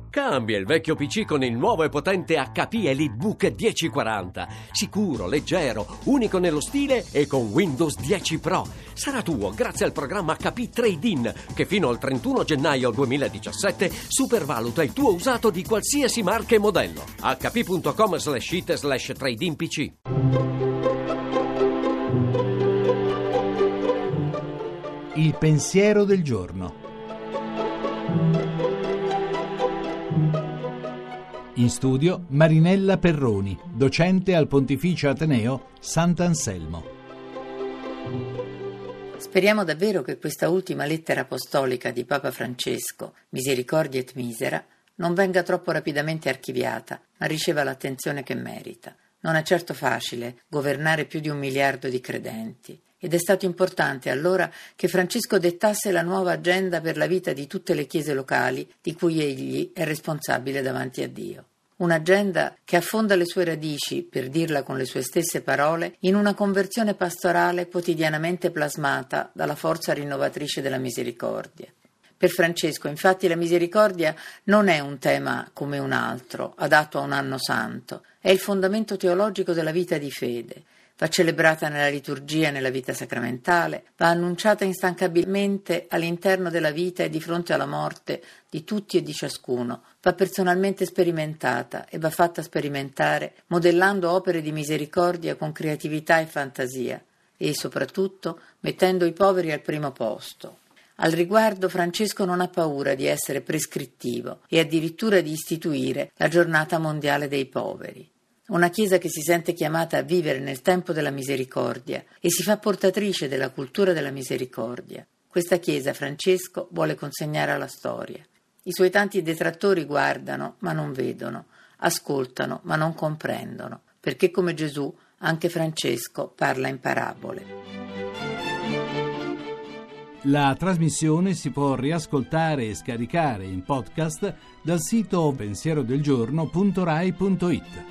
Cambia il vecchio PC con il nuovo e potente HP EliteBook 1040. Sicuro, leggero, unico nello stile e con Windows 10 Pro. Sarà tuo grazie al programma HP Trade-in, che fino al 31 gennaio 2017 supervaluta il tuo usato di qualsiasi marca e modello. hp.com/it/trade-in-PC. Il pensiero del giorno. In studio Marinella Perroni, docente al Pontificio Ateneo Sant'Anselmo. Speriamo davvero che questa ultima lettera apostolica di Papa Francesco, Misericordia et Misera, non venga troppo rapidamente archiviata, ma riceva l'attenzione che merita. Non è certo facile governare più di 1 miliardo di credenti. Ed è stato importante allora che Francesco dettasse la nuova agenda per la vita di tutte le chiese locali di cui egli è responsabile davanti a Dio. Un'agenda che affonda le sue radici, per dirla con le sue stesse parole, in una conversione pastorale quotidianamente plasmata dalla forza rinnovatrice della misericordia. Per Francesco, infatti, la misericordia non è un tema come un altro, adatto a un anno santo, è il fondamento teologico della vita di fede. Va celebrata nella liturgia e nella vita sacramentale, va annunciata instancabilmente all'interno della vita e di fronte alla morte di tutti e di ciascuno, va personalmente sperimentata e va fatta sperimentare modellando opere di misericordia con creatività e fantasia e soprattutto mettendo i poveri al primo posto. Al riguardo Francesco non ha paura di essere prescrittivo e addirittura di istituire la giornata mondiale dei poveri. Una Chiesa che si sente chiamata a vivere nel tempo della misericordia e si fa portatrice della cultura della misericordia. Questa Chiesa Francesco vuole consegnare alla storia. I suoi tanti detrattori guardano ma non vedono, ascoltano ma non comprendono, perché come Gesù anche Francesco parla in parabole. La trasmissione si può riascoltare e scaricare in podcast dal sito pensierodelgiorno.rai.it.